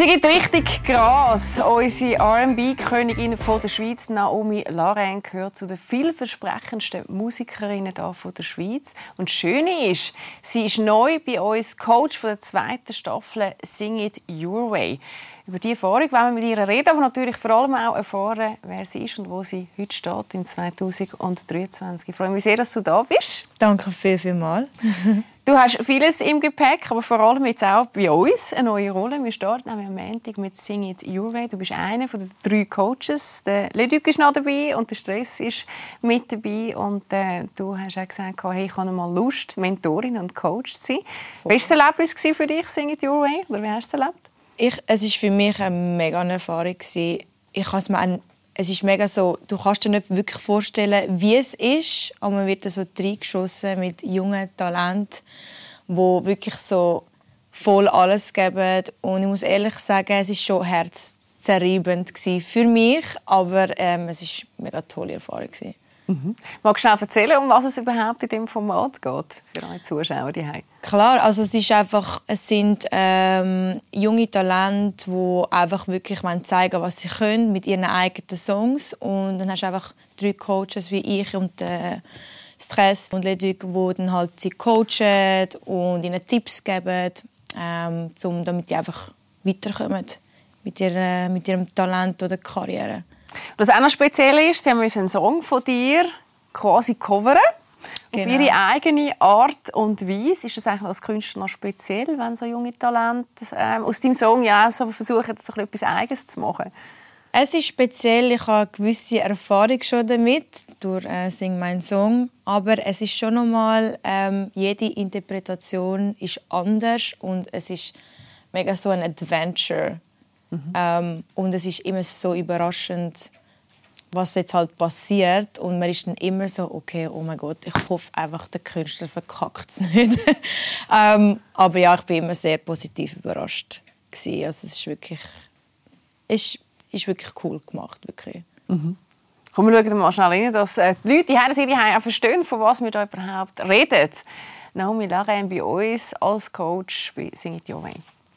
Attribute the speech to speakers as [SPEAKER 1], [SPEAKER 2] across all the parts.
[SPEAKER 1] Sie gibt richtig Gras. Unsere R&B-Königin von der Schweiz, Naomi Larein, gehört zu den vielversprechendsten Musikerinnen von der Schweiz. Und das Schöne ist, sie ist neu bei uns Coach von der zweiten Staffel «Sing It Your Way». Über diese Erfahrung wollen wir mit ihr reden, aber natürlich vor allem auch erfahren, wer sie ist und wo sie heute steht, im 2023. Ich freue mich sehr, dass du da bist.
[SPEAKER 2] Danke vielmals.
[SPEAKER 1] Du hast vieles im Gepäck, aber vor allem jetzt auch bei uns eine neue Rolle. Wir starten am Montag mit «Sing It Your Way». Du bist einer von den 3 Coaches. Der Leduc ist noch dabei und der Stress ist mit dabei. Und du hast auch gesagt, hey, ich habe mal Lust, Mentorin und Coach zu sein. Wie war das Erlebnis für dich, «Sing It Your Way»? Oder wie hast du es erlebt?
[SPEAKER 2] Es war für mich eine mega Erfahrung. Es ist mega so, du kannst dir nicht wirklich vorstellen, wie es ist, aber man wird so reingeschossen mit jungen Talenten, die wirklich so voll alles geben. Und ich muss ehrlich sagen, es war schon herzzerreibend für mich, aber es war eine mega tolle Erfahrung.
[SPEAKER 1] Magst du schnell erzählen, um was es überhaupt in diesem Format geht, für alle Zuschauer die haben?
[SPEAKER 2] Klar, also es sind junge Talente, die einfach wirklich zeigen, was sie können mit ihren eigenen Songs. Und dann hast du einfach 3 Coaches wie ich und Stress und Leduc, die dann halt sie coachen und ihnen Tipps geben, damit die einfach weiterkommen mit ihrem Talent oder Karriere.
[SPEAKER 1] Was auch noch speziell ist, sie müssen einen Song von dir quasi covern. Genau. Auf ihre eigene Art und Weise. Ist das eigentlich als Künstler noch speziell, wenn so junge Talente aus deinem Song ja so versuchen, so etwas Eigenes zu machen?
[SPEAKER 2] Es ist speziell. Ich habe eine gewisse Erfahrung schon damit durch «Sing mein Song». Aber es ist schon nochmal, jede Interpretation ist anders und es ist mega so ein Adventure. Und es ist immer so überraschend, was jetzt halt passiert. Und man ist dann immer so, okay, oh mein Gott, ich hoffe einfach, der Künstler verkackt es nicht. Aber ja, ich war immer sehr positiv überrascht. Also es ist wirklich, ist wirklich cool gemacht. Wirklich.
[SPEAKER 1] Komm, wir schauen mal schnell rein, dass die Leute, die Herren auch verstehen, von was wir da überhaupt reden. Naomi Larein bei uns als Coach bei «Sing It Your Way».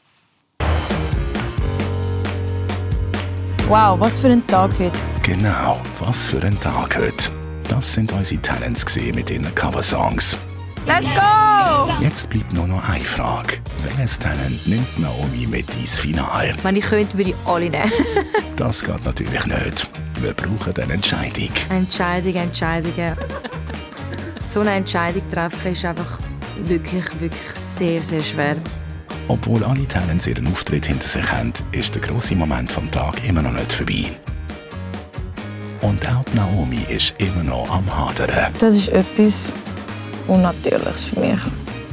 [SPEAKER 2] Wow, was für ein Tag heute.
[SPEAKER 3] Genau, was für ein Tag heute. Das sind unsere Talents mit ihren Coversongs.
[SPEAKER 2] Let's go!
[SPEAKER 3] Jetzt bleibt nur noch eine Frage. Welches Talent nimmt Naomi mit ins Finale?
[SPEAKER 4] Wenn ich könnte, würde ich alle nehmen.
[SPEAKER 3] Das geht natürlich nicht. Wir brauchen eine Entscheidung.
[SPEAKER 4] Entscheidungen. So eine Entscheidung treffen ist einfach wirklich sehr, sehr schwer.
[SPEAKER 3] Obwohl alle Talents ihren Auftritt hinter sich haben, ist der grosse Moment vom Tag immer noch nicht vorbei. Und auch Naomi ist immer noch am Hadern.
[SPEAKER 2] Das ist etwas Unnatürliches für mich.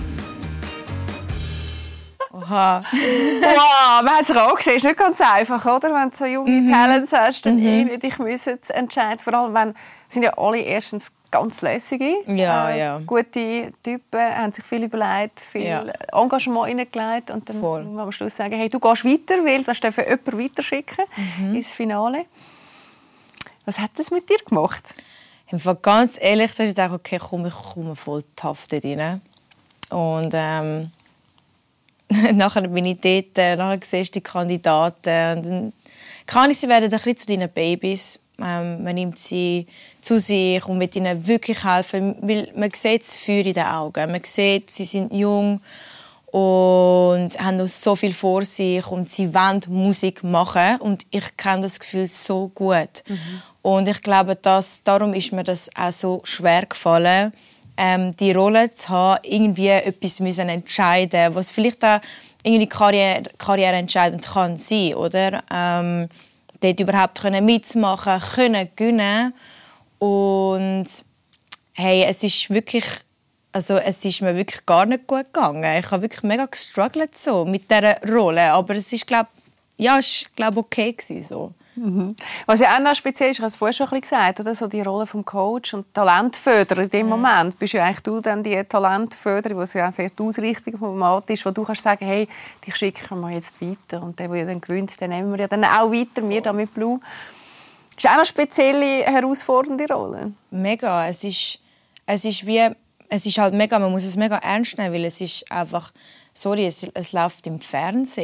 [SPEAKER 2] Oha.
[SPEAKER 1] Wow, man hat es auch gesehen. Es ist nicht ganz einfach, oder? Wenn du so junge Talents hast, dann dich müssen entscheiden. Vor allem, wenn sind ja alle erstens ganz lässige,
[SPEAKER 2] ja.
[SPEAKER 1] Gute Typen, haben sich viel überlegt, viel Engagement hineingelegt und dann muss man am Schluss sagen, hey, du gehst weiter, weil du dürfen jemanden weiterschicken ins Finale. Was hat das mit dir gemacht?
[SPEAKER 2] Im Fall ganz ehrlich, ich dachte, okay, ich komme voll tough dort rein. Und nachher bin ich dort, nachher siehst du die Kandidaten und dann sie werden ein bisschen zu deinen Babys. Man nimmt sie zu sich und will ihnen wirklich helfen, weil man sieht das Feuer in den Augen. Man sieht, sie sind jung und haben noch so viel vor sich und sie wollen Musik machen und ich kenne das Gefühl so gut. Und ich glaube, darum ist mir das auch so schwer gefallen, die Rolle zu haben, irgendwie etwas müssen entscheiden, was vielleicht auch irgendwie Karriere entscheidend kann sein, oder? Dort überhaupt mitmachen können, gewinnen. Und hey, es ist mir wirklich gar nicht gut gegangen. Ich habe wirklich mega gestruggelt so mit dieser Rolle, aber es ist glaube okay gewesen, so.
[SPEAKER 1] Was ja auch noch speziell ist, ich habe es vorher schon ein bisschen gesagt, oder? So die Rolle des Coach und Talentförderer in dem Moment. Bist ja eigentlich du dann die Talentförderin, was ja auch sehr die Ausrichtung vom Format ist, wo du kannst sagen, hey, dich schicken wir jetzt weiter und der ja dann gewinnt, den nehmen wir ja dann auch weiter, wir da mit Blue. Das ist auch eine spezielle, herausfordernde Rolle.
[SPEAKER 2] Mega, es ist halt mega, man muss es mega ernst nehmen, weil es ist einfach, es läuft im Fernsehen.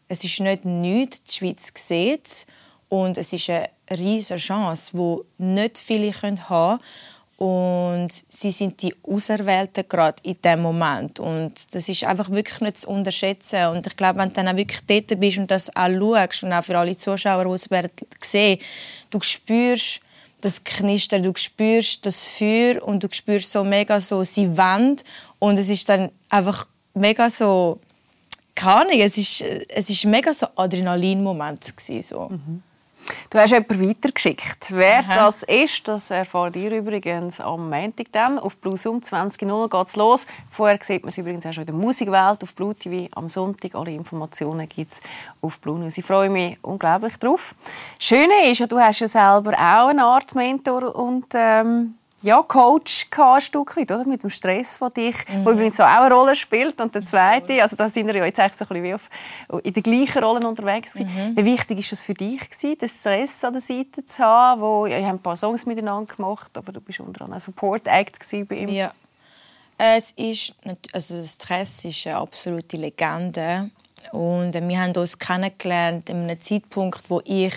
[SPEAKER 2] es ist nicht nichts, die Schweiz sieht es. Und es ist eine riesige Chance, die nicht viele haben können. Und sie sind die Auserwählten gerade in diesem Moment. Und das ist einfach wirklich nicht zu unterschätzen. Und ich glaube, wenn du dann auch wirklich dort bist und das auch schaust und auch für alle Zuschauer, die es werden sehen, du spürst das Knistern, du spürst das Feuer und du spürst so mega so, sie wollen. Und es ist dann einfach mega so, keine Ahnung, es ist mega so Adrenalin-Moment gewesen, so.
[SPEAKER 1] Mhm. Du hast jemanden weitergeschickt. Wer das ist, das erfahrt ihr übrigens am Montag dann. Auf Blue Zoom 20.00 geht es los. Vorher sieht man es übrigens auch schon in der Musikwelt auf Blue TV am Sonntag. Alle Informationen gibt es auf Blue News. Ich freue mich unglaublich drauf. Das Schöne ist, du hast ja selber auch eine Art Mentor und Coach ein Stück weit, oder? Mit dem Stress, der dich, wo übrigens auch eine Rolle spielt. Und der zweite, also da sind wir ja jetzt eigentlich so ein bisschen wie in den gleichen Rollen unterwegs gewesen. Wie wichtig ist das für dich gewesen, den Stress an der Seite zu haben? Ihr habt ein paar Songs miteinander gemacht, aber du bist unter anderem Support Act bei ihm.
[SPEAKER 2] Ja. Der Stress ist eine absolute Legende. Und wir haben uns kennengelernt an einem Zeitpunkt, wo ich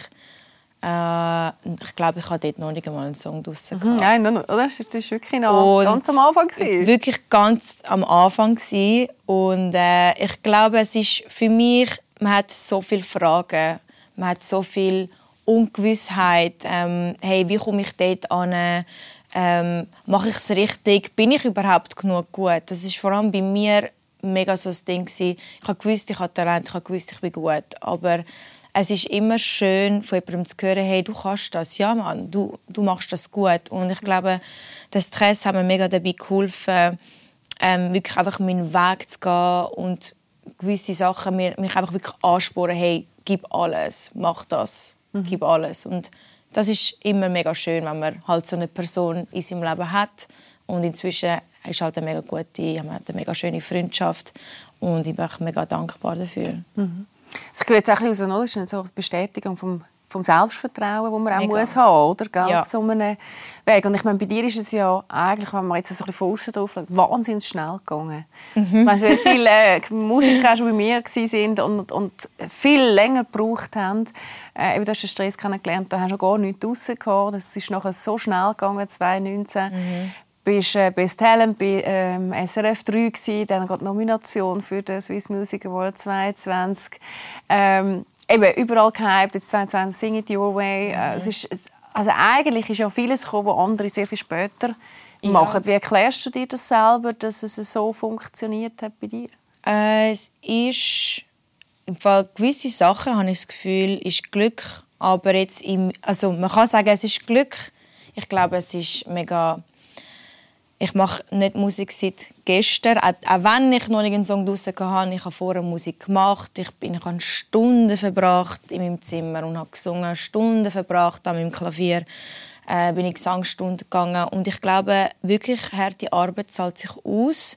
[SPEAKER 2] glaube, ich hatte dort noch nicht einmal einen Song draussen.
[SPEAKER 1] Nein, oder? Das war wirklich noch ganz am Anfang.
[SPEAKER 2] Wirklich ganz am Anfang. Und ich glaube, es ist für mich, man hat so viele Fragen, man hat so viel Ungewissheit. Hey, wie komme ich dort an? Mache ich es richtig? Bin ich überhaupt genug gut? Das ist vor allem bei mir mega so das Ding. Ich habe gewusst, ich habe Talent, ich habe gewusst, ich bin gut. Aber es ist immer schön, von jemandem zu hören, hey, du kannst das, ja Mann, du machst das gut. Und ich glaube, der Stress hat mir mega dabei geholfen, wirklich einfach meinen Weg zu gehen und gewisse Sachen mich einfach wirklich ansporen, hey, gib alles, mach das, gib alles. Und das ist immer mega schön, wenn man halt so eine Person in seinem Leben hat. Und inzwischen ist halt eine mega schöne Freundschaft und ich bin auch mega dankbar dafür.
[SPEAKER 1] Also ich höre jetzt auch ein bisschen raus, das ist so eine Bestätigung vom Selbstvertrauen, das man auch muss haben, oder? Ja. Auf so einem Weg. Und ich meine, bei dir ist es ja eigentlich, wenn man jetzt so ein bisschen von außen drauf schaut, wahnsinnig schnell gegangen. Weil viele Musiker auch schon bei mir waren und viel länger gebraucht haben. Du hast den Stress kennengelernt, da hast du gar nichts draussen gehabt. Das ist nachher so schnell gegangen, 2019. Du warst Best Talent bei SRF 3 gewesen, dann die Nomination für den Swiss Music Award 2022. Eben überall gehypt, jetzt 2022 «Sing It Your Way». Also eigentlich ist ja vieles gekommen, was andere sehr viel später machen. Wie erklärst du dir das selber, dass es so funktioniert hat bei dir?
[SPEAKER 2] Es ist im Fall gewisse Sachen, habe ich das Gefühl, ist Glück. Aber jetzt man kann sagen, es ist Glück. Ich glaube, es ist mega. Ich mache nicht Musik seit gestern, auch wenn ich noch nicht einen Song draussen hatte. Ich habe vorher Musik gemacht. Ich habe Stunden verbracht in meinem Zimmer und habe gesungen, Stunden verbracht an meinem Klavier. Bin ich Gesangsstunden gegangen. Und ich glaube, wirklich, harte Arbeit zahlt sich aus.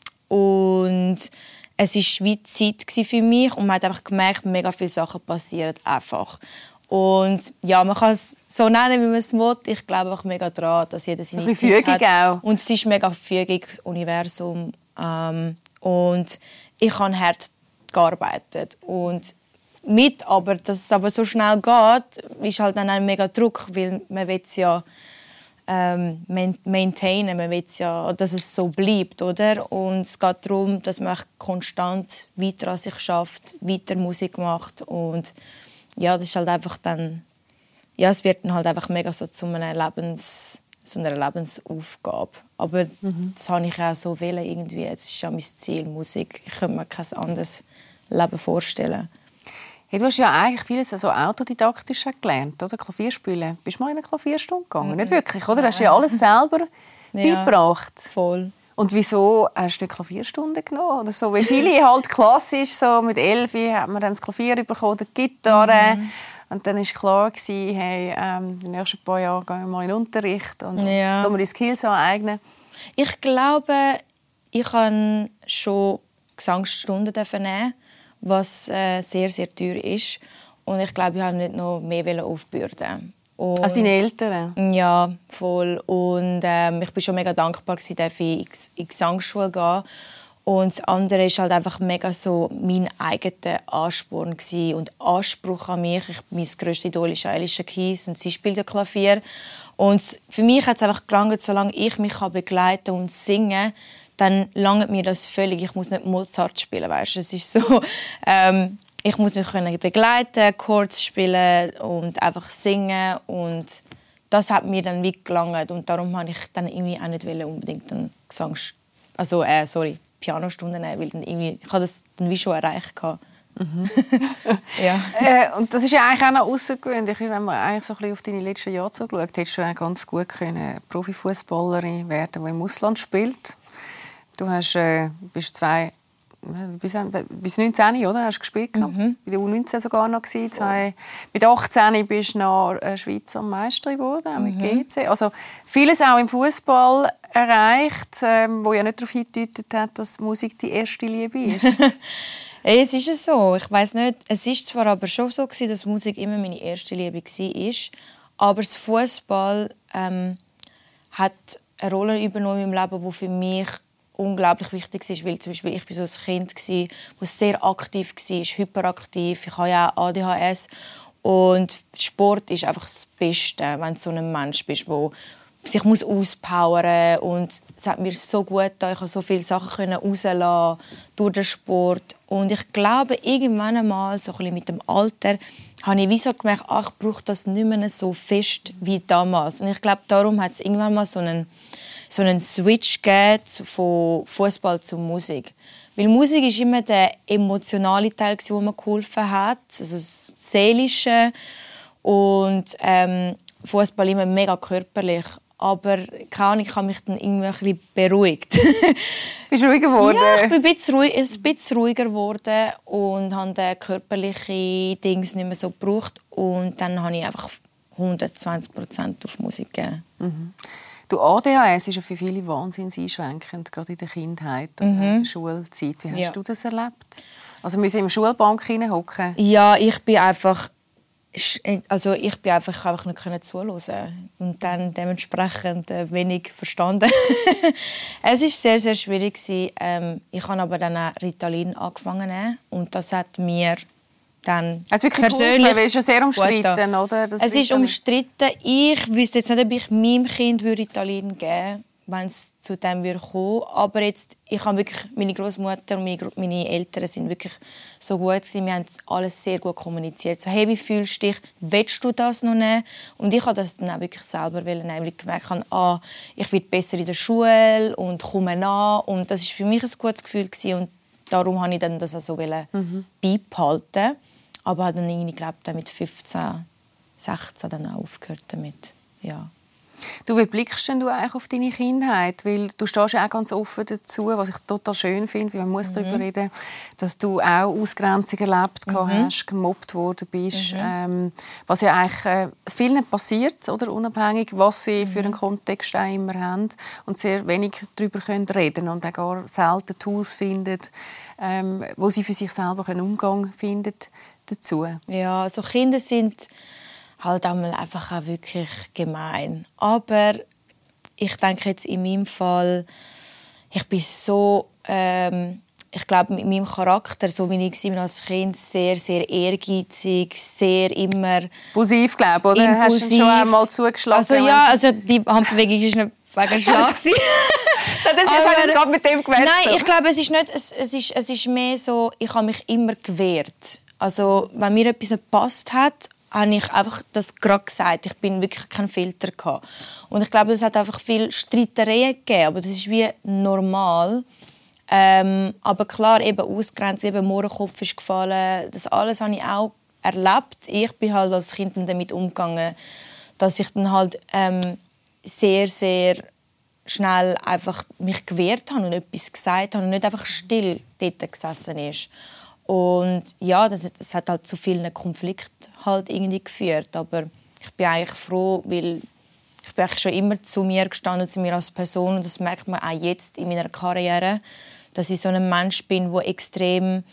[SPEAKER 2] Und es war wie Zeit für mich und man hat einfach gemerkt, mega viele Sachen passieren einfach. Und ja, man kann es so nennen, wie man es will. Ich glaube auch mega daran, dass jeder seine Zeit hat. Auch. Und es ist mega fügig, Universum. Und ich habe hart gearbeitet. Und aber dass es aber so schnell geht, ist halt dann ein mega Druck, weil man will es ja maintainen, man will ja, dass es so bleibt, oder? Und es geht darum, dass man konstant weiter an sich schafft, weiter Musik macht und ja, das ist halt einfach dann, ja, es wird dann halt einfach mega so zu einer Lebensaufgabe. Aber das habe ich auch so wollen irgendwie. Das ist ja mein Ziel, Musik. Ich könnte mir kein anderes Leben vorstellen.
[SPEAKER 1] Hey, du hast ja eigentlich vieles also autodidaktisch gelernt, oder? Klavierspielen. Bist du mal in eine Klavierstunde gegangen? Nicht wirklich, oder? Du hast ja alles selber beigebracht.
[SPEAKER 2] Voll.
[SPEAKER 1] Und wieso hast du eine Klavierstunde genommen? Oder so, wie viele halt klassisch, so mit 11 hat man dann das Klavier bekommen, die Gitarre. Und dann war klar, hey, die nächsten paar Jahre gehen wir mal in den Unterricht und tun wir die Skills aneignen.
[SPEAKER 2] Ich glaube, ich durfte schon Gesangsstunden nehmen, was sehr, sehr teuer ist. Und ich glaube, ich wollte nicht noch mehr aufbürden.
[SPEAKER 1] Also deine Eltern?
[SPEAKER 2] Ja, voll. Und ich war schon mega dankbar, dass ich in die Gesangsschule gehen. Und das andere war halt einfach mega so mein eigener Ansporn und Anspruch an mich. Mein grösstes Idol ist Alicia Keys und sie spielt ja Klavier. Und für mich hat es einfach gelangt, solange ich mich begleiten und singen kann, dann langt mir das völlig. Ich muss nicht Mozart spielen, weißt du? Es ist so, ich muss mich begleiten, Chords spielen und einfach singen. Und das hat mir dann wie gelangt. Und darum wollte ich dann irgendwie auch nicht unbedingt einen Pianostunden nehmen, weil dann irgendwie, ich habe das dann wie schon erreicht. Mhm.
[SPEAKER 1] Ja. Und das ist ja eigentlich auch noch außergewöhnlich, wenn man eigentlich so ein bisschen auf deine letzten Jahre zurückschaut. Hättest du auch ganz gut können Profifußballerin werden, die im Ausland spielt. Du hast, bist bis 19, oder? Hast du gespielt?
[SPEAKER 2] Mhm.
[SPEAKER 1] Bei der U19 sogar noch gewesen. Mit 18 bist du noch Schweizer Meisterin geworden, mit GC. Also vieles auch im Fußball erreicht, wo ja nicht darauf hingedeutet hat, dass Musik die erste Liebe ist.
[SPEAKER 2] Es ist so. Ich weiss nicht. Es ist zwar aber schon so gewesen, dass Musik immer meine erste Liebe war, aber das Fußball hat eine Rolle übernommen in meinem Leben, die für mich unglaublich wichtig ist, weil zum Beispiel ich war so ein Kind, das sehr aktiv war, hyperaktiv. Ich habe ja auch ADHS. Und Sport ist einfach das Beste, wenn du so ein Mensch bist, der sich auspowern muss. Und es hat mir so gut getan. Ich konnte so viele Sachen rauslassen durch den Sport. Und ich glaube, irgendwann einmal, so ein bisschen mit dem Alter, habe ich wie so gemerkt, ich brauche das nicht mehr so fest wie damals. Und ich glaube, darum hat es irgendwann mal so einen Switch gegeben von Fußball zu Musik. Weil Musik ist immer der emotionale Teil, der mir geholfen hat, also das Seelische. Und Fußball immer mega körperlich. Aber ich habe mich dann irgendwie ein bisschen beruhigt.
[SPEAKER 1] Bist du ruhiger geworden?
[SPEAKER 2] Ja, ich bin ein bisschen ruhiger geworden und habe die körperlichen Dinge nicht mehr so gebraucht. Und dann habe ich einfach 120% auf Musik gegeben.
[SPEAKER 1] Mhm. Du, ADHS ist ja für viele wahnsinnig einschränkend, gerade in der Kindheit oder in der Schulzeit. Wie hast du das erlebt? Also müssen in der Schulbank hocken?
[SPEAKER 2] Ja, ich bin einfach nicht zuhören und dann dementsprechend wenig verstanden. Es war sehr, sehr schwierig. Ich habe aber dann auch Ritalin angefangen und das hat mir dann persönlich
[SPEAKER 1] es ist ja sehr umstritten, oder?
[SPEAKER 2] Es ist umstritten. Ich wüsste jetzt nicht, ob ich meinem Kind Ritalin geben würde, wenn es zu dem kommen würde. Aber jetzt, ich habe wirklich, meine Großmutter und meine Eltern sind wirklich so gut gewesen. Wir haben alles sehr gut kommuniziert. So, hey, wie fühlst du dich? Willst du das noch nehmen? Und ich habe das dann auch wirklich selber nehmen, weil ich gemerkt habe, ich werde besser in der Schule und komme nach. Und das war für mich ein gutes Gefühl gewesen. Und darum habe ich dann das auch so beibehalten. Aber habe dann irgendwie, mit 15, 16 dann auch aufgehört damit. Ja.
[SPEAKER 1] Du, wie blickst du eigentlich auf deine Kindheit? Weil du stehst ja auch ganz offen dazu, was ich total schön finde, wie man muss darüber reden, dass du auch Ausgrenzung erlebt hast, gemobbt worden bist. Was ja eigentlich vielen passiert, oder? Unabhängig, was sie für einen Kontext auch immer haben und sehr wenig darüber reden können und auch gar selten Tools finden, wo sie für sich selber einen Umgang finden dazu.
[SPEAKER 2] Ja, also Kinder sind halt einfach auch wirklich gemein. Aber ich denke jetzt in meinem Fall, ich bin so, ich glaube mit meinem Charakter, so wie ich war als Kind, sehr, sehr ehrgeizig, sehr immer
[SPEAKER 1] impulsiv, glaube ich, oder?
[SPEAKER 2] Impulsiv.
[SPEAKER 1] Hast du schon einmal zugeschlagen?
[SPEAKER 2] Also ja, also die Handbewegung ist nicht wegen Schlag.
[SPEAKER 1] Das habe ich gerade mit dem gemerkt.
[SPEAKER 2] Nein, ich glaube, es ist nicht, es ist mehr so, ich habe mich immer gewehrt. Also wenn mir etwas nicht gepasst hat, habe ich einfach das gerade gesagt. Ich bin wirklich kein Filter gehabt. Und ich glaube, es hat einfach viel Streitereien gegeben, aber das ist wie normal. Aber klar, eben ausgrenzt, eben Mohrenkopf ist gefallen. Das alles habe ich auch erlebt. Ich bin halt als Kind damit umgegangen, dass ich dann halt sehr, sehr schnell einfach mich gewehrt habe und etwas gesagt habe und nicht einfach still dort gesessen ist. Und ja, das hat halt zu vielen Konflikten halt irgendwie geführt. Aber ich bin eigentlich froh, weil ich bin eigentlich schon immer zu mir gestanden, zu mir als Person. Und das merkt man auch jetzt in meiner Karriere, dass ich so ein Mensch bin, der extrem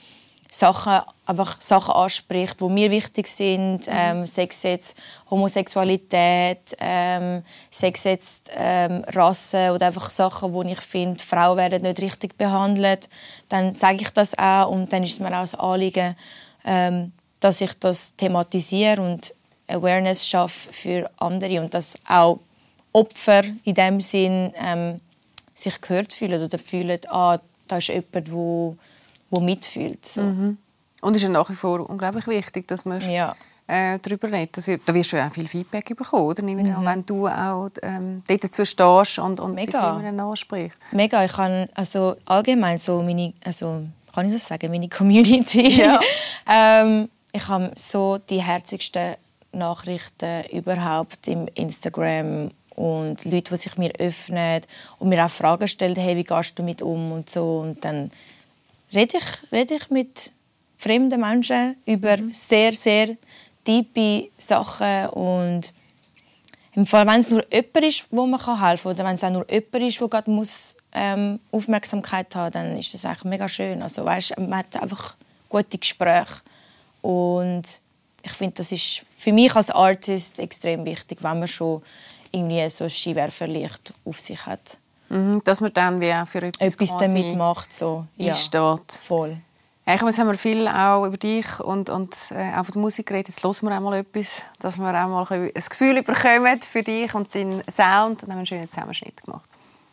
[SPEAKER 2] Sachen anspricht, die mir wichtig sind, Sex jetzt Homosexualität, Sex jetzt Rasse oder einfach Sachen, wo ich finde, Frauen werden nicht richtig behandelt, dann sage ich das auch und dann ist es mir auch ein Anliegen, dass ich das thematisiere und Awareness schaffe für andere und dass auch Opfer in dem Sinn sich gehört fühlen oder fühlen, da ist jemand, der mitfühlt. So.
[SPEAKER 1] Und es ist ja nach wie vor unglaublich wichtig, dass man darüber redet. Also, da wirst du ja auch viel Feedback bekommen, oder? Wenn du auch dort dazu stehst und die Themen ansprichst.
[SPEAKER 2] Mega. Ich kann also allgemein so meine Community. Ja. Ich habe so die herzigsten Nachrichten überhaupt im Instagram und Leute, die sich mir öffnen und mir auch Fragen stellen, hey, wie gehst du damit um und so. Und dann rede ich mit fremden Menschen über sehr, sehr tiefe Sachen und im Fall, wenn es nur jemand ist, wo man helfen kann oder wenn es auch nur jemand ist, der gerade Aufmerksamkeit haben muss, dann ist das eigentlich mega schön. Also, weißt, man hat einfach gute Gespräche und ich finde, das ist für mich als Artist extrem wichtig, wenn man schon irgendwie so ein Skiwerferlicht auf sich hat.
[SPEAKER 1] Dass man dann wie auch für etwas
[SPEAKER 2] damit macht. So.
[SPEAKER 1] Einsteht.
[SPEAKER 2] Voll.
[SPEAKER 1] Jetzt haben wir viel auch über dich und auch von der Musik geredet. Jetzt hören wir auch mal etwas, dass wir auch mal ein Gefühl bekommen für dich und deinen Sound. Und haben einen schönen Zusammenschnitt gemacht.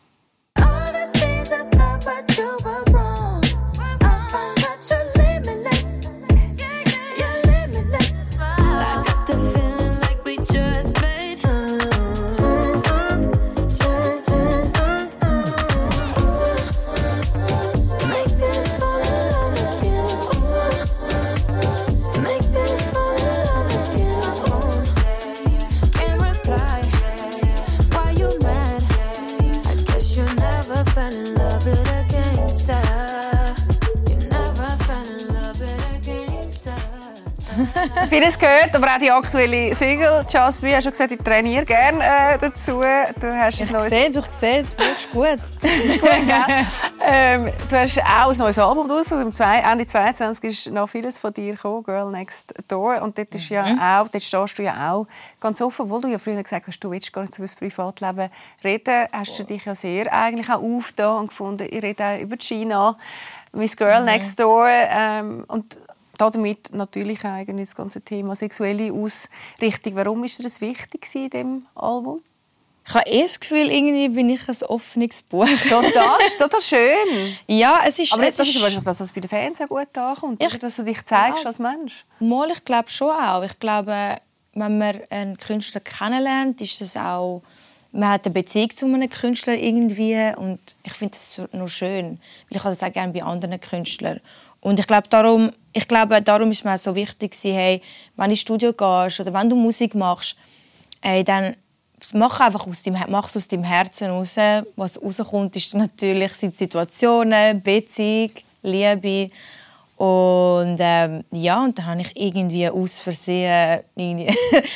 [SPEAKER 1] Vieles gehört, aber auch die aktuelle Single «Just Me», hast du gesagt, ich trainiere gerne dazu. Du hast
[SPEAKER 2] ich sehe es, das ist gut.
[SPEAKER 1] Ist gut, gell? Du hast auch ein neues Album raus. Ende 2022 ist noch vieles von dir gekommen, «Girl Next Door». Und dort, dort stehst du ja auch ganz offen, obwohl du ja früher gesagt hast, du willst gar nicht über das Privatleben reden, hast du dich ja sehr eigentlich auch aufgetan und gefunden, ich rede auch über China, «Miss Girl Next Door». Und damit natürlich das ganze Thema sexuelle Ausrichtung. Warum war dir das wichtig in diesem Album?
[SPEAKER 2] Ich habe das Gefühl, irgendwie bin ich ein offenes Buch.
[SPEAKER 1] Total schön.
[SPEAKER 2] Ja, es ist...
[SPEAKER 1] Aber jetzt ist es das, was bei den Fans auch gut ankommt, dass du dich zeigst als Mensch.
[SPEAKER 2] Mal, ich glaube schon auch. Ich glaube, wenn man einen Künstler kennenlernt, ist das auch... Man hat eine Beziehung zu einem Künstler irgendwie und ich finde das noch schön, weil ich das auch gerne bei anderen Künstlern. Und ich glaube, darum ist mir auch so wichtig, hey, wenn du ins Studio gehst oder wenn du Musik machst, dann mach einfach aus deinem Herzen raus. Was rauskommt, ist natürlich Situationen, Beziehung, Liebe. Und und dann habe ich irgendwie aus Versehen eine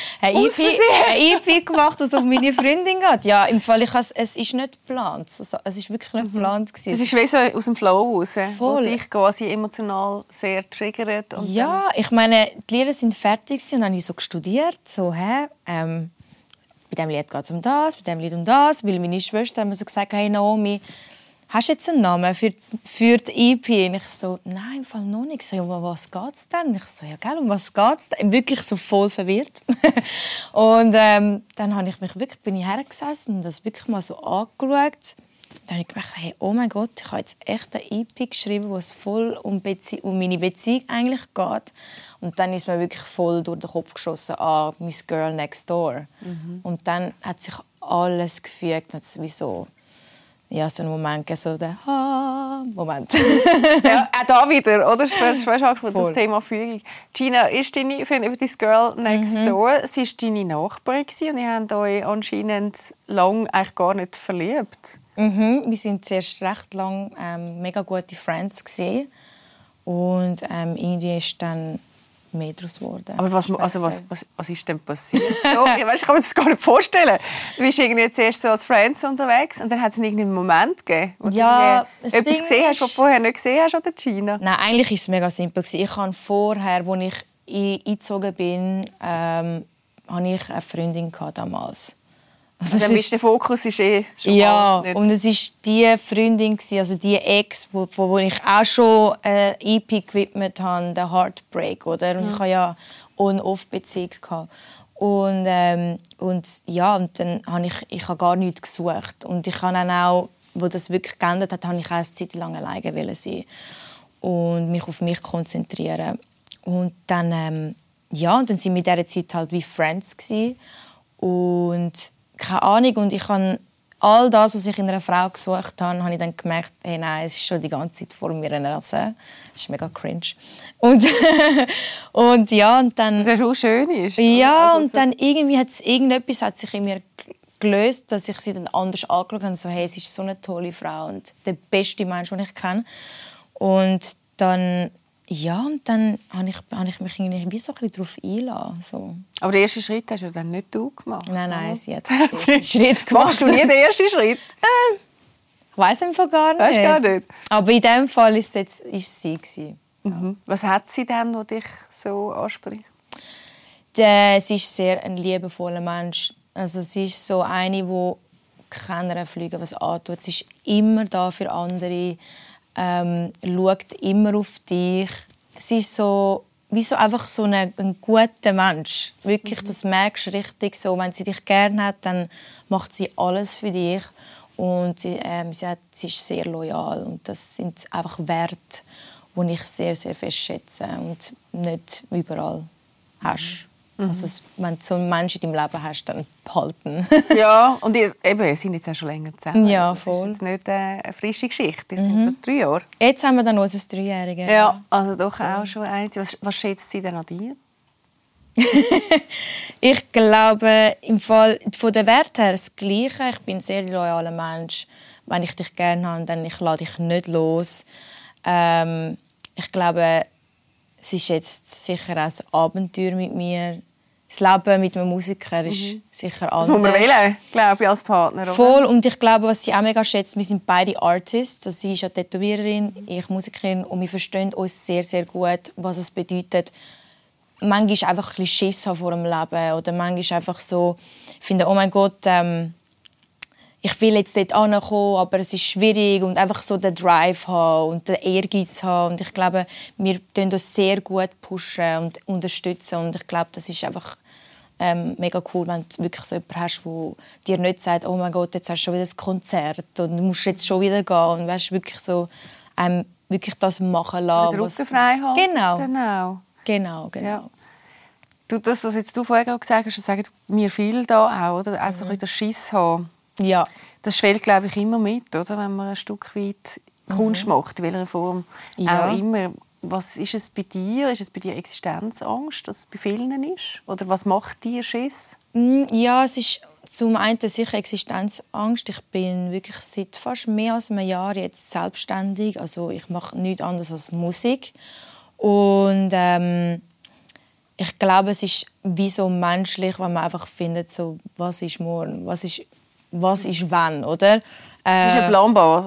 [SPEAKER 2] EP gemacht, die auf meine Freundin geht. Ja, im Fall, es ist nicht geplant. Es ist wirklich nicht geplant.
[SPEAKER 1] Das ist wie so aus dem Flow raus, wo dich quasi emotional sehr triggert. Und
[SPEAKER 2] ja, ich meine, die Lieder sind fertig und dann habe ich so studiert. So, bei diesem Lied geht es um das, bei diesem Lied um das. Weil meine Schwester hat mir so gesagt, hey Naomi, hast du jetzt einen Namen für die EP? Und ich so, nein, im Fall noch nicht. Ich so, ja, um was geht es denn? Ich so, ja, gell, um was geht es denn? Wirklich so voll verwirrt. Und dann bin ich hergesessen und das wirklich mal so angeschaut. Dann habe ich gedacht, hey, oh mein Gott, ich habe jetzt echt eine EP geschrieben, wo es voll um meine Beziehung eigentlich geht. Und dann ist mir wirklich voll durch den Kopf geschossen, «Miss Girl Next Door». Und dann hat sich alles gefügt. Wie so einen Moment, so der Moment.
[SPEAKER 1] Ja, auch da wieder, oder? Du hast angesprochen, das Thema Fügung. Gina ist deine Freundin, «This Girl Next Door». Sie war deine Nachbarin und ihr habt euch anscheinend lange eigentlich gar nicht verliebt.
[SPEAKER 2] Wir waren zuerst recht lang mega gute Friends gewesen. Und irgendwie ist dann mehr daraus geworden.
[SPEAKER 1] Aber was ist denn passiert? So, ich kann mir das gar nicht vorstellen. Du bist irgendwie zuerst so als Friends unterwegs und dann hat es einen Moment gegeben, wo
[SPEAKER 2] ja,
[SPEAKER 1] du etwas gesehen hast, was du vorher nicht gesehen hast an der China.
[SPEAKER 2] Nein, eigentlich war es mega simpel. Ich habe vorher, als ich eingezogen bin, hatte ich eine Freundin damals.
[SPEAKER 1] Also dann bist der Fokus ist schon
[SPEAKER 2] ja,
[SPEAKER 1] mal nicht.
[SPEAKER 2] Und es war die Freundin, also die Ex, wo ich auch schon eine EP gewidmet habe, der Heartbreak, oder? Und ich hatte ja On-Off-Beziehung. Und dann habe ich habe gar nichts gesucht. Und ich habe dann auch, wo das wirklich geändert hat, habe ich auch eine Zeit lang alleine sein und mich auf mich konzentrieren. Und dann, und dann sind wir in dieser Zeit halt wie Friends gewesen. Und keine Ahnung, und ich habe all das, was ich in einer Frau gesucht habe, habe ich dann gemerkt, hey, nein, es ist schon die ganze Zeit vor mir eine Nase. Das ist mega cringe. Und dann...
[SPEAKER 1] Das auch schön ist.
[SPEAKER 2] Ja, also, und dann irgendwie hat sich in mir gelöst, dass ich sie dann anders angeschaut habe. So, hey, sie ist so eine tolle Frau und der beste Mensch, den ich kenne. Und dann... Ja, und dann habe ich mich irgendwie wie so ein bisschen darauf eingelassen. So.
[SPEAKER 1] Aber den ersten Schritt hast du dann nicht du gemacht?
[SPEAKER 2] Nein, sie hat den ersten Schritt gemacht.
[SPEAKER 1] Machst du nie den ersten Schritt?
[SPEAKER 2] Ich weiss einfach gar nicht.
[SPEAKER 1] Weißt gar nicht.
[SPEAKER 2] Aber in diesem Fall war es sie.
[SPEAKER 1] Mhm. Was hat sie denn, die dich so anspricht?
[SPEAKER 2] Sie ist sehr ein liebevoller Mensch. Also, sie ist so eine, die keiner Flüge was antut. Sie ist immer da für andere. Schaut immer auf dich. Sie ist so, wie so einfach so ein guter Mensch. Wirklich, das merkst du richtig so. Wenn sie dich gerne hat, dann macht sie alles für dich. Und sie ist sehr loyal. Und das sind einfach Werte, die ich sehr, sehr fest schätze und nicht überall hast. Also, wenn du so einen Menschen in deinem Leben hast, dann behalten.
[SPEAKER 1] Ja, und ihr seid jetzt auch schon länger zusammen.
[SPEAKER 2] Ja,
[SPEAKER 1] das
[SPEAKER 2] voll.
[SPEAKER 1] ist jetzt nicht eine frische Geschichte. Ihr seid vor 3 Jahren.
[SPEAKER 2] Jetzt haben wir dann unser 3-Jähriges.
[SPEAKER 1] Ja, also doch auch schon eins. Was schätzt sie denn an dir?
[SPEAKER 2] Ich glaube, im Fall von der Wert her das Gleiche. Ich bin ein sehr loyaler Mensch. Wenn ich dich gerne habe, dann lade dich nicht los. Ich glaube, es ist jetzt sicher auch ein Abenteuer mit mir. Das Leben mit einem Musiker ist sicher anders.
[SPEAKER 1] Das muss man wählen, glaube ich, als Partner. Oder?
[SPEAKER 2] Voll. Und ich glaube, was sie auch mega schätzt, wir sind beide Artists. Also sie ist eine Tätowiererin, ich Musikerin. Und wir verstehen uns sehr, sehr gut, was es bedeutet, manchmal einfach ein bisschen Schiss haben vor dem Leben. Oder manchmal einfach so finden, oh mein Gott, ich will jetzt dort ankommen, aber es ist schwierig. Und einfach so den Drive haben und den Ehrgeiz haben. Und ich glaube, wir pushen uns sehr gut pushen und unterstützen. Und ich glaube, das ist einfach mega cool, wenn du wirklich so jemanden hast, der dir nicht sagt, oh mein Gott, jetzt hast du schon wieder ein Konzert und du musst jetzt schon wieder gehen. Und weißt, wirklich so wirklich das machen lassen.
[SPEAKER 1] So den frei haben.
[SPEAKER 2] Genau.
[SPEAKER 1] Ja. Du, das, was jetzt du vorher gerade gesagt hast, das sagen mir viele da auch, oder? Also ein das Schiss haben.
[SPEAKER 2] Ja.
[SPEAKER 1] Das schwellt, glaube ich, immer mit, oder? Wenn man ein Stück weit Kunst macht, in welcher Form auch immer. Was ist es bei dir? Ist es bei dir Existenzangst, dass es bei vielen ist? Oder was macht dir Schiss?
[SPEAKER 2] Ja, es ist zum einen sicher Existenzangst. Ich bin wirklich seit fast mehr als einem Jahr jetzt selbstständig. Also ich mache nichts anderes als Musik. Und ich glaube, es ist wie so menschlich, wenn man einfach findet, so, was ist morgen, was ist wann, oder?
[SPEAKER 1] Das ist nicht planbar.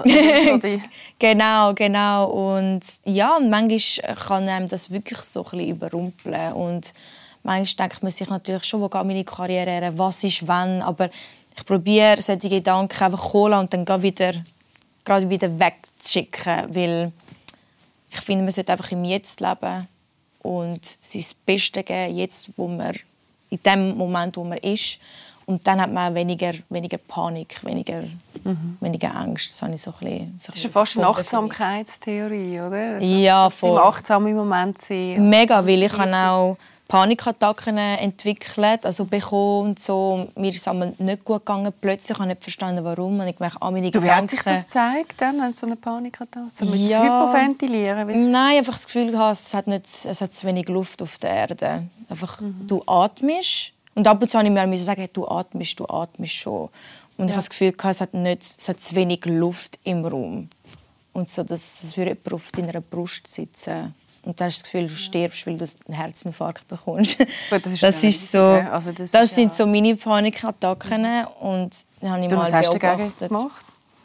[SPEAKER 2] Genau. Und ja, und manchmal kann einem das wirklich so ein bisschen überrumpeln. Und manchmal denkt man sich natürlich schon, wo geht meine Karriere her, was ist wann. Aber ich probiere, solche Gedanken einfach zu holen und dann gerade wieder wegzuschicken. Weil ich finde, man sollte einfach im Jetzt leben und sein Bestes geben, jetzt, wo man, in dem Moment, wo man ist. Und dann hat man weniger Panik, weniger Angst. Das, habe ich so ein bisschen,
[SPEAKER 1] das ist ja fast eine Achtsamkeitstheorie, oder? Also,
[SPEAKER 2] ja, voll.
[SPEAKER 1] Achtsam im Moment sein.
[SPEAKER 2] Mega, weil ich habe auch Panikattacken entwickelt, also bekommen und so. Mir ist es nicht gut gegangen plötzlich. Ich habe nicht verstanden, warum. Und ich merke, meine
[SPEAKER 1] Wie hat sich das gezeigt, wenn du so eine Panikattacke hast? So mit Hypoventilieren?
[SPEAKER 2] Nein, einfach das Gefühl gehabt, es hat zu wenig Luft auf der Erde. Einfach, du atmest. Und ab und zu musste ich mir sagen, du atmest schon. Und ich habe das Gefühl, es hat zu wenig Luft im Raum. Und so, dass würde jemand auf deiner Brust sitzen. und dann hast du das Gefühl, du stirbst, weil du einen Herzinfarkt bekommst.
[SPEAKER 1] Das ist
[SPEAKER 2] so,
[SPEAKER 1] also
[SPEAKER 2] das sind so meine Panikattacken und dann habe ich mal
[SPEAKER 1] was hast du
[SPEAKER 2] beobachtet.
[SPEAKER 1] dagegen gemacht?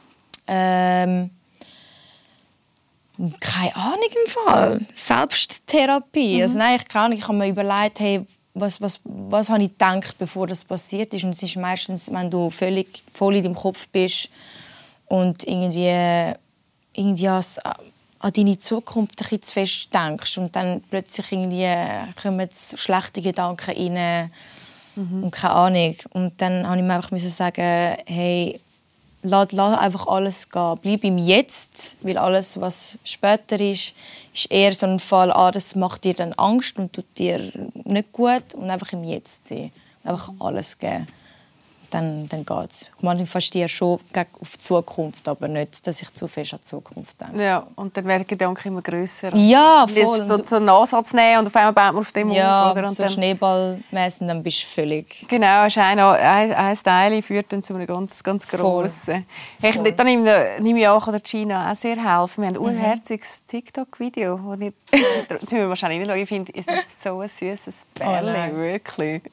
[SPEAKER 2] Keine Ahnung im Fall. Selbsttherapie. Also nein, ich habe mir überlegt, hey, was habe ich gedacht, bevor das passiert ist. Und es ist meistens, wenn du voll in deinem Kopf bist und irgendwie an deine Zukunft ein bisschen zu fest denkst und dann plötzlich irgendwie kommen schlechte Gedanken rein und keine Ahnung. Und dann musste ich mir einfach sagen, hey, lass einfach alles gehen. Bleib im Jetzt, weil alles, was später ist eher so ein Fall, das macht dir dann Angst und tut dir nicht gut. Und einfach im Jetzt sein. Einfach alles geben. Dann geht es. Ich manifestiere schon auf die Zukunft, aber nicht, dass ich zu fest an die Zukunft denke.
[SPEAKER 1] Ja, und dann werden die Gedanken immer grösser.
[SPEAKER 2] Ja, voll.
[SPEAKER 1] So einen Ansatz nehmen und auf einmal baut man auf dem auf. Oder? Und
[SPEAKER 2] so
[SPEAKER 1] dann,
[SPEAKER 2] schneeballmässig, dann bist du völlig...
[SPEAKER 1] Genau, ein Teil führt dann zu einem ganz, ganz grossen. Da nehme ich auch der Gina auch sehr helfen. Wir haben ein urherziges TikTok-Video, wo ich wahrscheinlich nicht schauen. Ich finde, es ist so ein süßes Bärli, wirklich.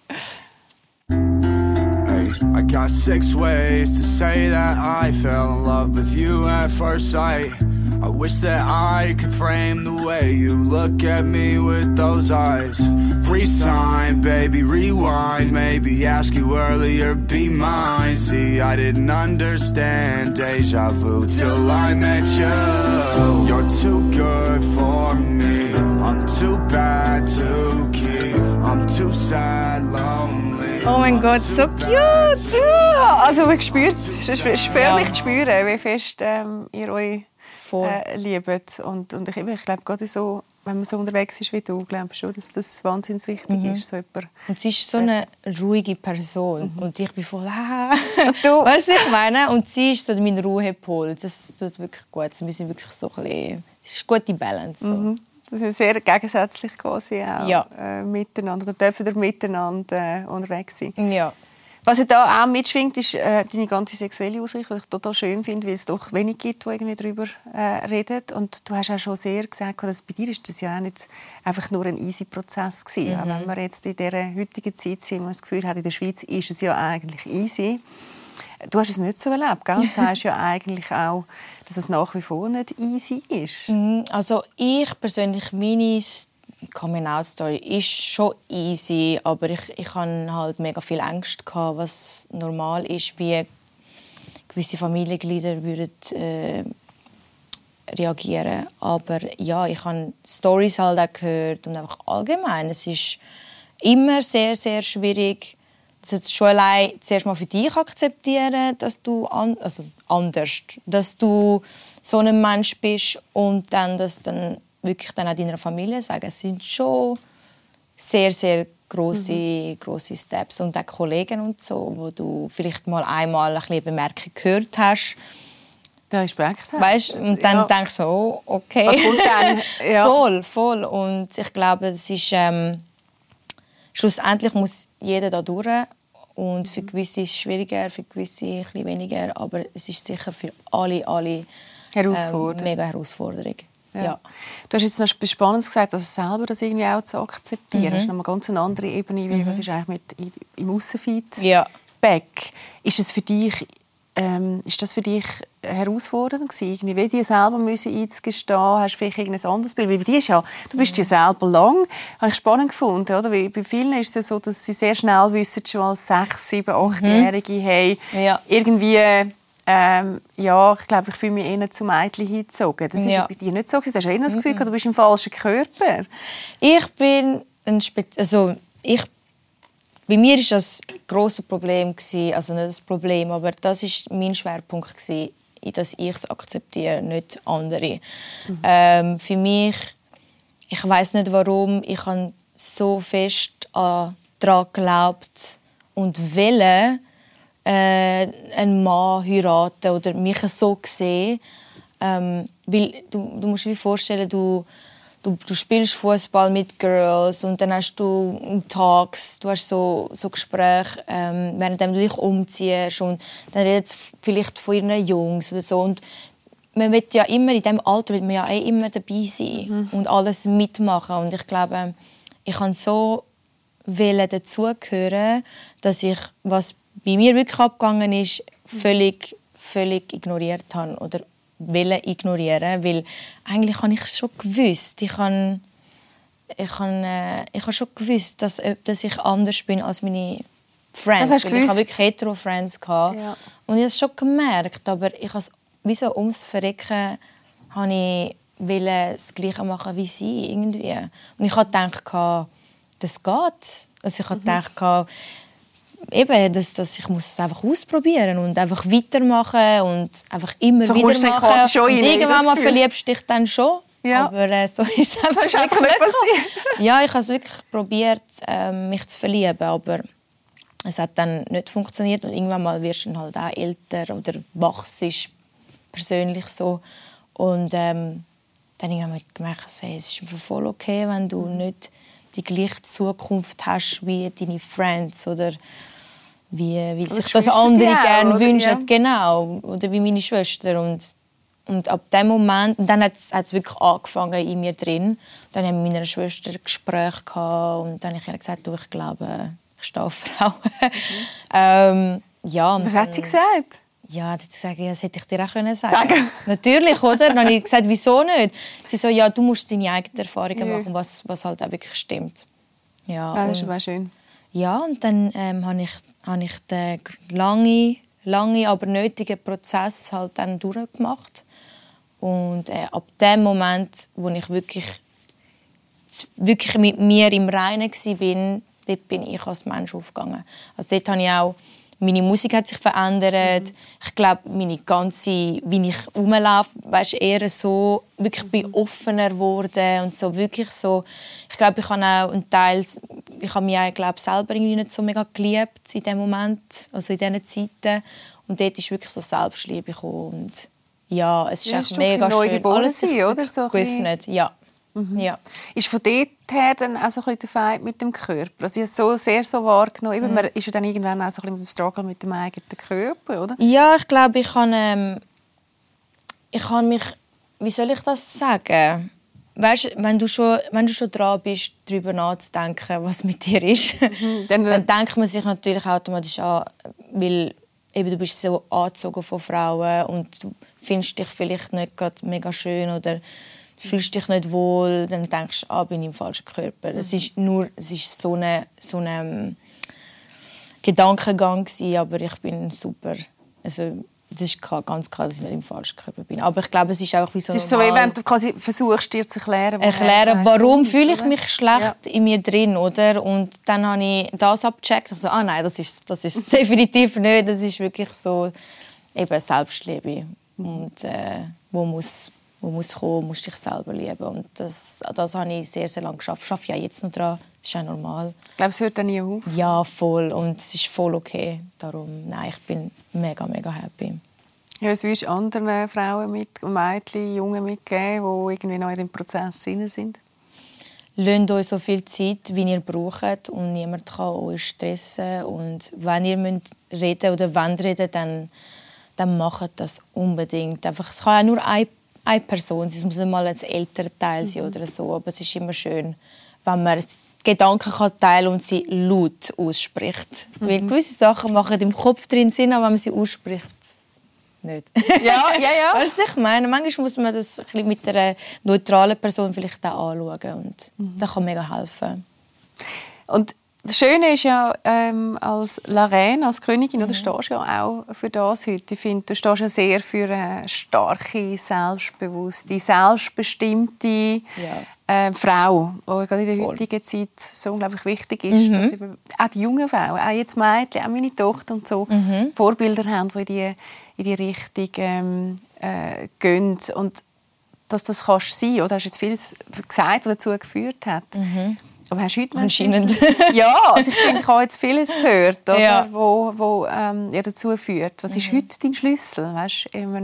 [SPEAKER 5] I got 6 ways to say that I fell in love with you at first sight. I wish that I could frame the way you look at me with those eyes. Freeze time, baby, rewind. Maybe ask you earlier, be mine. See, I didn't understand deja vu till I met you. You're too good for me. I'm too bad to keep. I'm too sad, lonely.
[SPEAKER 2] Oh mein Gott, so cute!
[SPEAKER 1] Ja, also man spürt, es ist förmlich zu spüren, wie fest ihr euch liebt. Und ich glaube, gerade so, wenn man so unterwegs ist wie du, glaube ich schon, dass das wahnsinnig wichtig ist. So
[SPEAKER 2] und sie ist so eine ruhige Person. Und ich bin voll du? Weißt du, was ich meine? Und sie ist so mein Ruhepol. Das tut wirklich gut. Wir sind wirklich so ein bisschen... Es ist eine gute Balance. So.
[SPEAKER 1] Das ist sehr gegensätzlich quasi auch miteinander. Da dürfen wir miteinander unterwegs sein.
[SPEAKER 2] Ja.
[SPEAKER 1] Was ja da auch mitschwingt, ist deine ganze sexuelle Ausrichtung, die ich total schön finde, weil es doch wenig gibt, die irgendwie darüber reden. Und du hast auch schon sehr gesagt, dass bei dir ist das ja auch nicht einfach nur ein easy Prozess gewesen. Auch wenn wir jetzt in dieser heutigen Zeit sind, wo man das Gefühl hat, in der Schweiz ist es ja eigentlich easy. Du hast es nicht so erlebt, gell? Und sagst ja eigentlich auch, dass es nach wie vor nicht easy ist.
[SPEAKER 2] Also ich persönlich, meine Coming-out-Story ist schon easy, aber ich hatte halt mega viel Angst, was normal ist, wie gewisse Familienglieder würden reagieren. Aber ja, ich habe Storys halt auch gehört und einfach allgemein. Es ist immer sehr, sehr schwierig, das schon allein zuerst mal für dich akzeptieren, dass du anders, dass du so ein Mensch bist und dann das dann wirklich dann auch deiner Familie sagen. Es sind schon sehr, sehr grosse Steps und auch Kollegen und so, wo du vielleicht mal einmal ein bisschen Bemerkung gehört hast.
[SPEAKER 1] Der Respekt hast.
[SPEAKER 2] Weißt, und dann denkst du so, okay.
[SPEAKER 1] Was kommt dann? Ja.
[SPEAKER 2] Voll. Und ich glaube, es ist schlussendlich muss jeder da durch. Und für gewisse ist es schwieriger, für gewisse ein bisschen weniger. Aber es ist sicher für alle mega Herausforderung. Ja.
[SPEAKER 1] Du hast jetzt noch etwas Spannendes gesagt, also selber das irgendwie auch zu akzeptieren. Das ist noch eine ganz andere Ebene, wie was ist eigentlich mit im Aussenfeedback. Ist das für dich herausfordernd gewesen, irgendwie dir selber einzugestehen, hast du vielleicht irgendein anderes Bild? Weil bei dir ist ja, du bist ja selber lang, habe ich spannend gefunden, oder? Weil bei vielen ist es ja so, dass sie sehr schnell wissen, schon als 6-, 7-, 8-Jährige, hey, irgendwie ich glaube, ich fühle mich eher zum Mädchen hingezogen. Das ist ja bei dir nicht so. Du hast eher das Gefühl, du bist im falschen Körper.
[SPEAKER 2] Ich bin bei mir war das ein grosses Problem, also nicht das Problem, aber das war mein Schwerpunkt, dass ich es akzeptiere, nicht andere. Für mich, ich weiss nicht warum, ich habe so fest daran geglaubt und wollte einen Mann heiraten oder mich so sehen. Weil du musst dir vorstellen, du spielst Fußball mit Girls und dann hast du Talks, du hast so Gespräche, während du dich umziehst und dann redet vielleicht von ihren Jungs oder so. Und man will ja immer, in diesem Alter will man ja immer dabei sein und alles mitmachen. Und ich glaube, ich kann so dazugehören, dass ich, was bei mir wirklich abgegangen ist, völlig ignoriert habe oder ignorieren, weil eigentlich habe ich es schon gewusst. Ich habe schon gewusst, dass ich anders bin als meine Friends.
[SPEAKER 1] Ich
[SPEAKER 2] habe wirklich hetero-Friends gehabt.
[SPEAKER 1] Ja.
[SPEAKER 2] Und ich habe es schon gemerkt, aber ich habe es wie so ums Verrecken wollte das Gleiche machen wie sie irgendwie. Und ich habe gedacht, das geht. Also ich habe gedacht, eben, dass ich muss es einfach ausprobieren und einfach weitermachen und einfach immer
[SPEAKER 1] so
[SPEAKER 2] wieder machen.
[SPEAKER 1] Schon
[SPEAKER 2] und irgendwann mal verliebst du dich dann schon.
[SPEAKER 1] Ja.
[SPEAKER 2] Aber so ist es einfach
[SPEAKER 1] nicht passiert.
[SPEAKER 2] Ja, ich habe es wirklich probiert, mich zu verlieben, aber es hat dann nicht funktioniert. Und irgendwann mal wirst du dann halt auch älter oder wachst persönlich so. Und dann habe ich gemerkt, es ist voll okay, wenn du nicht die gleiche Zukunft hast wie deine Friends oder wie sich das andere gerne wünschen. Ja. Genau. Oder wie meine Schwester. Und ab dem Moment, und dann hat es wirklich angefangen in mir drin. Dann hatte ich mit meiner Schwester ein Gespräch und dann habe ich ihr gesagt, du, ich glaube, ich stehe auf Frauen. Ja,
[SPEAKER 1] was hat sie gesagt?
[SPEAKER 2] Ja, das hätte ich dir auch sagen können. Natürlich, oder? Dann habe ich gesagt, wieso nicht? Sie so, ja, du musst deine eigenen Erfahrungen machen, was halt auch wirklich stimmt. Ja,
[SPEAKER 1] das ist aber schön.
[SPEAKER 2] Ja, und dann habe ich den lange, aber nötigen Prozess halt dann durchgemacht. Und ab dem Moment, wo ich wirklich mit mir im Reinen war, dort bin ich als Mensch aufgegangen. Also dort habe ich auch, meine Musik hat sich verändert. Ich glaube, meine ganze, wie ich rumlaufe, weißt, eher so, wirklich bin offener geworden und so wirklich so. Ich glaube, ich habe auch einen Teil, ich habe mich auch, selber irgendwie nicht so mega geliebt in dem Moment, also in diesen Zeiten. Und dort ist wirklich so Selbstliebe gekommen. Und ja, es ist echt mega schön. Alles sich oder so geöffnet, ja. Ja.
[SPEAKER 1] Ist von dort her dann auch so ein bisschen der Fight mit dem Körper? Also ich habe es sehr so wahrgenommen. Man ist ja dann irgendwann auch so ein bisschen mit dem Struggle mit dem eigenen Körper, oder?
[SPEAKER 2] Ja, ich glaube, ich kann mich, wie soll ich das sagen? Weißt, wenn du schon dran bist, darüber nachzudenken, was mit dir ist, dann denkt man sich natürlich automatisch an, weil eben, du bist so angezogen von Frauen und du findest dich vielleicht nicht gerade mega schön oder fühlst dich nicht wohl, dann denkst du, bin ich im falschen Körper. Es ist so ein Gedankengang gewesen, aber ich bin super. Also, das ist ganz klar, dass ich nicht im falschen Körper bin. Aber ich glaube, es ist auch wie so.
[SPEAKER 1] Es ist so, wie wenn du quasi versuchst, dir zu erklären,
[SPEAKER 2] warum fühle ich mich schlecht in mir drin, oder? Und dann habe ich das abgecheckt. Also, nein, das ist definitiv nicht. Das ist wirklich so eben Selbstliebe. Und wo muss kommen, musst dich selber lieben. Und das habe ich sehr, sehr lange geschafft. Ich arbeite ja jetzt noch daran. Das ist ja normal.
[SPEAKER 1] Ich glaube, es hört dann nie auf.
[SPEAKER 2] Ja, voll. Und es ist voll okay. Darum, nein, ich bin mega, mega happy.
[SPEAKER 1] Ja, was würdest du anderen Frauen, Mädchen, Jungen mitgeben, die irgendwie noch in dem Prozess sind?
[SPEAKER 2] Lasst euch so viel Zeit, wie ihr braucht. Und niemand kann euch stressen. Und wenn ihr reden oder wollt reden, dann macht das unbedingt. Einfach, es kann ja nur eine Person sein. Es muss nicht mal ein älterer Teil sein oder so. Aber es ist immer schön, wenn man Gedanken teilen kann und sie laut ausspricht. Weil gewisse Sachen machen im Kopf drin Sinn, aber wenn man sie ausspricht, nicht.
[SPEAKER 1] Ja.
[SPEAKER 2] Weißt du, was ich meine? Manchmal muss man das ein bisschen mit einer neutralen Person vielleicht auch anschauen. Und das kann mega helfen.
[SPEAKER 1] Und das Schöne ist ja, als La Reine, als Königin, du stehst ja auch für das heute. Ich finde, du stehst ja sehr für eine starke, selbstbewusste, selbstbestimmte Frau, die gerade in der heutigen Zeit so unglaublich wichtig ist. Dass eben auch die jungen Frauen, auch jetzt Mädchen, auch meine Tochter und so, Vorbilder haben, die in die Richtung gehen. Und dass das kannst sein, oder hast du jetzt vieles gesagt, was dazu geführt hat. Aber hast du heute
[SPEAKER 2] anscheinend.
[SPEAKER 1] Ja, also ich finde, ich habe jetzt vieles gehört, oder, ja. wo dazu führt. Was ist heute dein Schlüssel? Weißt,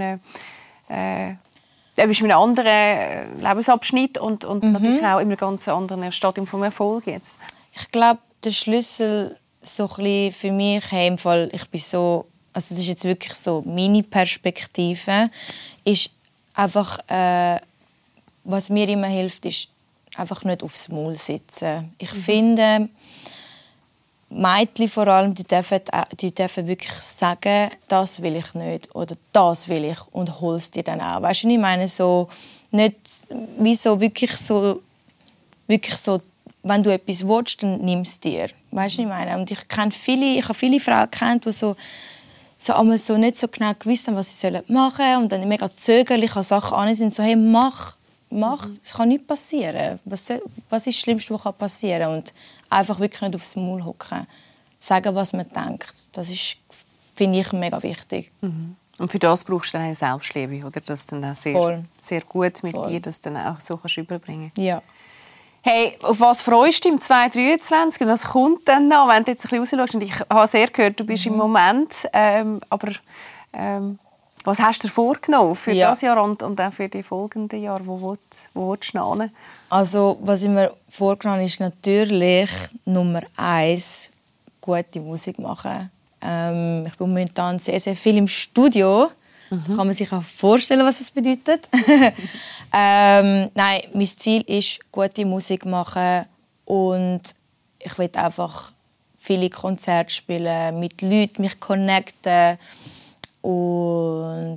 [SPEAKER 1] du bist in einem anderen Lebensabschnitt und natürlich auch in einem ganz anderen Stadium vom Erfolg jetzt.
[SPEAKER 2] Ich glaube, der Schlüssel so ein bisschen für mich, im Fall, ich bin so, also das ist jetzt wirklich so meine Perspektive, ist einfach, was mir immer hilft, ist einfach nicht aufs Maul sitzen. Ich finde, Mädchen vor allem, die dürfen wirklich sagen, das will ich nicht oder das will ich und holst dir dann auch. Weißt du, ich meine so nicht wie so wirklich so, wenn du etwas willst, dann nimm es dir. Weißt du, ich meine, und ich habe viele Frauen kennt, die so nicht so genau gewusst haben, was sie machen sollen und dann mega zögerlich an Sachen an sind, so hey, mach. Es kann nichts passieren. Was ist das Schlimmste, was passieren kann? Und einfach wirklich nicht aufs Maul hocken. Sagen, was man denkt. Das ist, finde ich, mega wichtig.
[SPEAKER 1] Mhm. Und für das brauchst du dann eine Selbstliebe, oder? Das dann auch sehr gut mit dir, das dann auch so überbringen kannst.
[SPEAKER 2] Ja.
[SPEAKER 1] Hey, auf was freust du im 2023? Und was kommt dann noch, wenn du jetzt ein bisschen rausschaust? Und ich habe sehr gehört, du bist im Moment, aber was hast du dir vorgenommen für das Jahr und auch für die folgenden Jahre? Wo willst du hin?
[SPEAKER 2] Also, was ich mir vorgenommen habe, ist natürlich Nummer 1, gute Musik machen. Ich bin momentan sehr, sehr viel im Studio. Kann man sich auch vorstellen, was das bedeutet. Nein, mein Ziel ist, gute Musik machen und ich will einfach viele Konzerte spielen, mit Leuten mich connecten und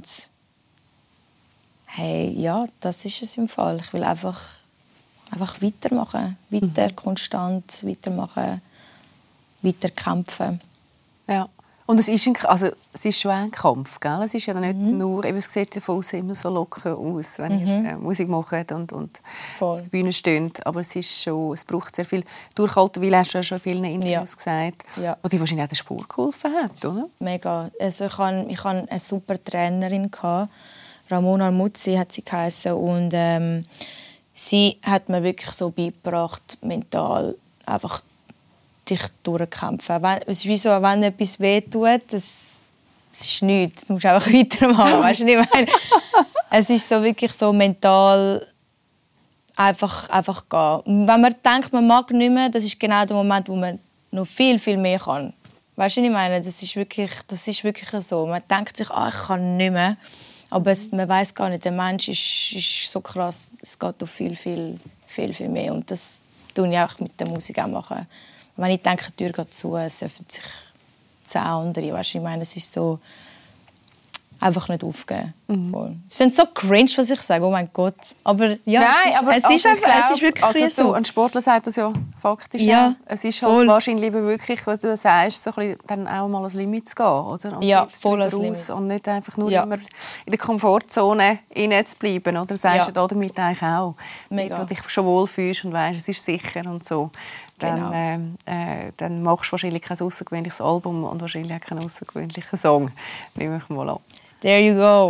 [SPEAKER 2] hey, ja, das ist es im Fall. Ich will einfach weitermachen, konstant weitermachen, weiter kämpfen.
[SPEAKER 1] Ja. Und es ist schon ein Kampf, gell? Es ist ja nicht nur, es sieht ja von außen immer so locker aus, wenn ihr Musik macht und auf der Bühne steht. Aber es braucht sehr viel Durchhalten, weil hast du ja schon in vielen Interviews gesagt, wo dir wahrscheinlich auch der Sport geholfen hat, oder?
[SPEAKER 2] Mega. Also ich hatte eine super Trainerin, Ramona Muzzi hat sie geheißen, und sie hat mir wirklich so beigebracht, mental einfach dich durchkämpfen. Es ist wie so, wenn etwas wehtut, das ist nichts. Du musst einfach weitermachen. Weißt du, was ich meine? Es ist so wirklich so mental einfach gehen. Und wenn man denkt, man mag nicht mehr, das ist genau der Moment, wo man noch viel, viel mehr kann. Weißt du, was ich meine? Das ist wirklich so. Man denkt sich, ich kann nicht mehr. Aber man weiß gar nicht, der Mensch ist so krass. Es geht auf viel, viel, viel, viel mehr. Und das tue ich auch mit der Musik auch machen. Wenn ich denke, die Tür geht zu, es öffnen sich 10 andere. Weißt du, ich meine, es ist so, einfach nicht aufgeben. Es ist so cringe, was ich sage, oh mein Gott. Aber ja,
[SPEAKER 1] nein,
[SPEAKER 2] es ist wirklich so.
[SPEAKER 1] Ein Sportler sagt das ja faktisch.
[SPEAKER 2] Ja,
[SPEAKER 1] es ist halt wahrscheinlich wirklich, was du sagst, so ein bisschen dann auch mal ans Limit zu gehen. Oder? Und
[SPEAKER 2] ja, voll ans Limit.
[SPEAKER 1] Und nicht einfach nur immer in der Komfortzone zu bleiben. Oder sagst du damit eigentlich auch. Mega. Wenn du dich schon wohlfühlst und weißt, es ist sicher und so. Dann machst du wahrscheinlich kein außergewöhnliches Album und wahrscheinlich auch keinen außergewöhnlichen Song. Nehme ich mal an.
[SPEAKER 2] There you go.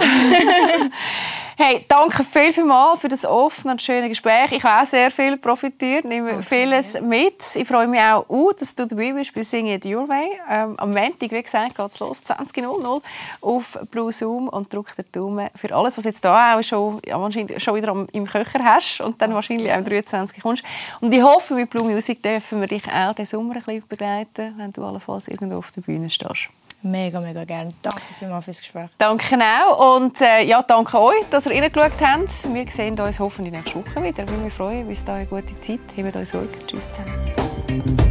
[SPEAKER 1] Hey, danke vielmals für das offene und schöne Gespräch. Ich habe auch sehr viel profitiert, nehme vieles mit. Ich freue mich auch, dass du dabei bist bei Sing It Your Way. Am Montag, wie gesagt, geht es los, 20:00 auf Blue Zoom, und drück den Daumen für alles, was jetzt da auch wahrscheinlich schon wieder im Köcher hast und dann wahrscheinlich auch am 23 kommst. Und ich hoffe, mit Blue Music dürfen wir dich auch diesen Sommer ein bisschen begleiten, wenn du allenfalls irgendwo auf der Bühne stehst.
[SPEAKER 2] Mega, mega gerne. Danke vielmals fürs Gespräch.
[SPEAKER 1] Danke auch. Und danke euch, dass ihr reingeschaut habt. Wir sehen uns hoffentlich nächste Woche wieder. Wir freuen uns. Bis dahin eine gute Zeit. Habt euch Sorge. Tschüss zusammen.